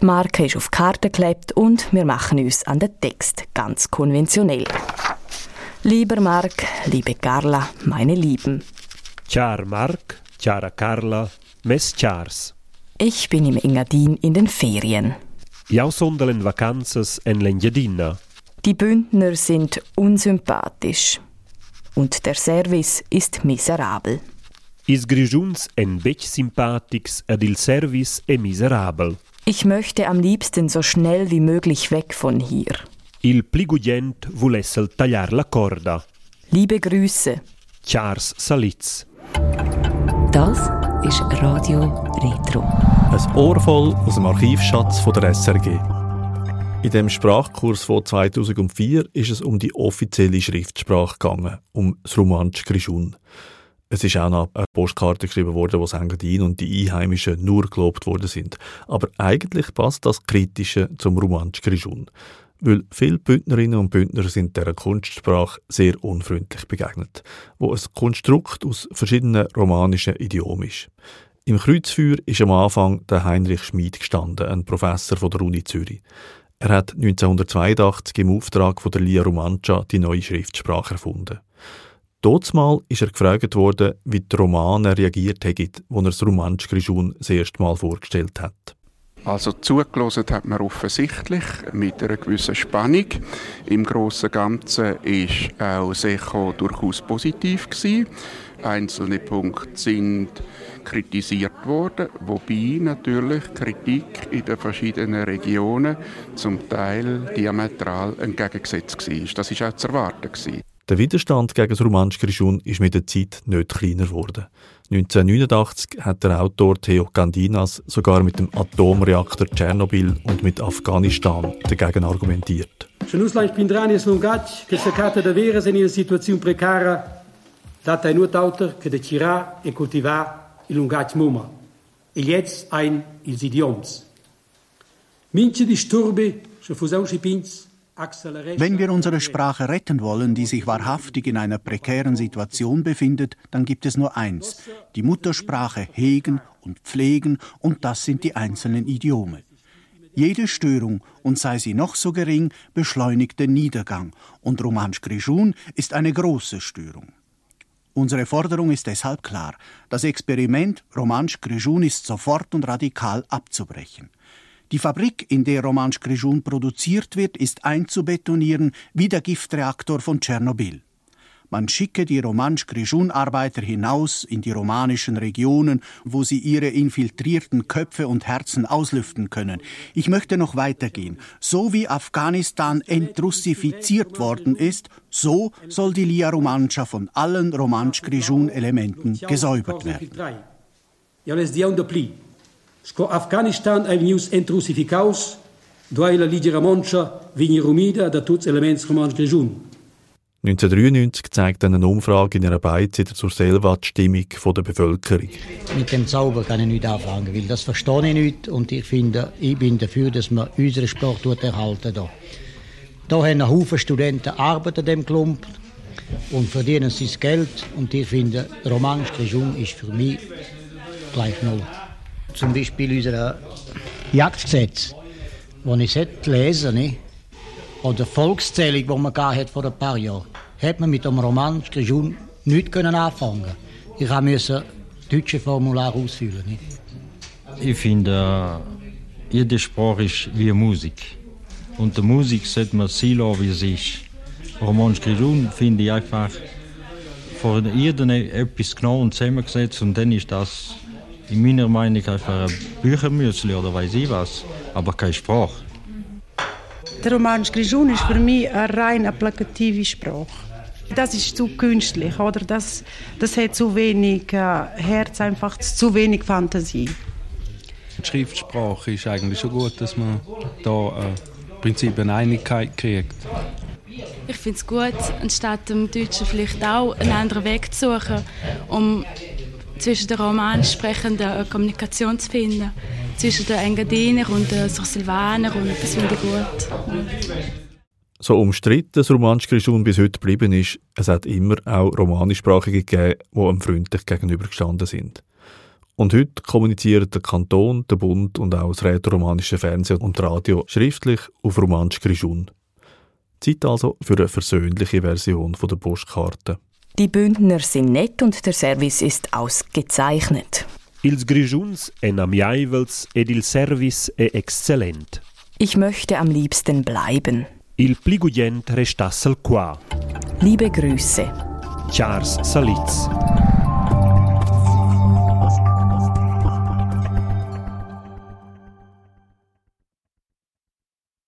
Marke ist auf die Karte geklebt und wir machen uns an den Text ganz konventionell. Lieber Marc, liebe Carla, meine Lieben. Ciao Marc, ciao Carla, mes chars. Ich bin im Engadin in den Ferien. Jau son dellen Vacanzas en l'Engadina. Die Bündner sind unsympathisch und der Service ist miserabel. Is Grigiuns en bec sympathics ed il service è miserabel. Ich möchte am liebsten so schnell wie möglich weg von hier. Il pligugent vulessel tagliar la corda. Liebe Grüße. Chars Salitz. Das ist Radio Retro. Ein Ohr voll aus dem Archivschatz von der SRG. In dem Sprachkurs von 2004 ist es um die offizielle Schriftsprache gegangen, um das Romansch Grischun. Es ist auch noch eine Postkarte geschrieben worden, wo das Engadin und die Einheimischen nur gelobt worden sind. Aber eigentlich passt das Kritische zum Romansch Grischun. Weil viele Bündnerinnen und Bündner sind dieser Kunstsprache sehr unfreundlich begegnet, wo ein Konstrukt aus verschiedenen romanischen Idiomen ist. Im Kreuzfeuer ist am Anfang der Heinrich Schmid gestanden, ein Professor von der Uni Zürich. Er hat 1982 im Auftrag von der Lia Romancia die neue Schriftsprache erfunden. Dortmal ist er gefragt worden, wie die Romaner reagiert haben, als er das Romansch Grischun das erste Mal vorgestellt hat. Also zugelassen hat man offensichtlich mit einer gewissen Spannung. Im Grossen und Ganzen war auch das Echo durchaus positiv gewesen. Einzelne Punkte sind kritisiert worden, wobei natürlich Kritik in den verschiedenen Regionen zum Teil diametral entgegengesetzt war. Das war auch zu erwarten. Der Widerstand gegen das Romansch Grischun ist mit der Zeit nicht kleiner geworden. 1989 hat der Autor Theo Gandinas sogar mit dem Atomreaktor Tschernobyl und mit Afghanistan dagegen argumentiert. Și nu s-a pindrani slungați că se cată de veres în o situație precară, data nur autor că de cira e cultiva il lungați muma. Il jetzt ein ils idioms. Minche disturbe, se fusau și pins. Wenn wir unsere Sprache retten wollen, die sich wahrhaftig in einer prekären Situation befindet, dann gibt es nur eins: die Muttersprache hegen und pflegen, und das sind die einzelnen Idiome. Jede Störung, und sei sie noch so gering, beschleunigt den Niedergang, und Romansch Grischun ist eine große Störung. Unsere Forderung ist deshalb klar: Das Experiment Romansch Grischun ist sofort und radikal abzubrechen. Die Fabrik, in der Romansch Grischun produziert wird, ist einzubetonieren wie der Giftreaktor von Tschernobyl. Man schicke die Romansch Grischun-Arbeiter hinaus in die romanischen Regionen, wo sie ihre infiltrierten Köpfe und Herzen auslüften können. Ich möchte noch weitergehen. So wie Afghanistan entrussifiziert worden ist, so soll die Lia Romancia von allen Romansch Grischun-Elementen gesäubert werden. Sco Afghanistan è venius entrusificaus, doai la Ligia Romancia vigni rumida da tutti elements Romansch Grischun. 1993 zeigt eine Umfrage in einer Beiz zur Selva die Stimmung der Bevölkerung. Mit dem Zauber kann ich nicht anfangen, weil das verstehe ich nicht und ich finde, ich bin dafür, dass man unsere Sprache erhalten. Da haben ein Haufen Studenten Arbeit an dem Klump und verdienen sie das Geld und ich finde, Romansch Grischun ist für mich gleich null. Zum Beispiel unser Jagdgesetz, das ich lesen sollte, oder die Volkszählung, die man hat vor ein paar Jahren, hat man mit dem Romansch Grischun nichts anfangen können. Ich musste das deutsche Formular ausfüllen. Nicht? Ich finde, jede Sprache ist wie Musik. Und die Musik sollte man sein lassen, wie es ist. Romansch Grischun finde ich einfach von jedem etwas genau und zusammengesetzt und dann ist das in meiner Meinung einfach ein Büchermüsli oder weiss ich was, aber keine Sprache. Der Romansch Grischun ist für mich eine rein applikative Sprache. Das ist zu künstlich, oder? Das hat zu wenig Herz, einfach zu wenig Fantasie. Die Schriftsprache ist eigentlich schon gut, dass man da im Prinzip eine Einigkeit kriegt. Ich finde es gut, anstatt dem Deutschen vielleicht auch einen anderen Weg zu suchen, um zwischen den romanisch Sprechenden eine Kommunikation zu finden. Zwischen den Engadiner und den Silvaner, und das finde ich gut. So umstritten das Romansch Grischun bis heute geblieben ist, es hat immer auch Romanischsprachige gegeben, die ihm freundlich gegenübergestanden sind. Und heute kommunizieren der Kanton, der Bund und auch das rätoromanische Fernsehen und Radio schriftlich auf Romansch Grischun. Zeit also für eine versöhnliche Version der Postkarte. Die Bündner sind nett und der Service ist ausgezeichnet. Ils Grischuns en amiaivels ed il service è excellent. Ich möchte am liebsten bleiben. Il pligugent restassel qua. Liebe Grüße. Chars Salitz.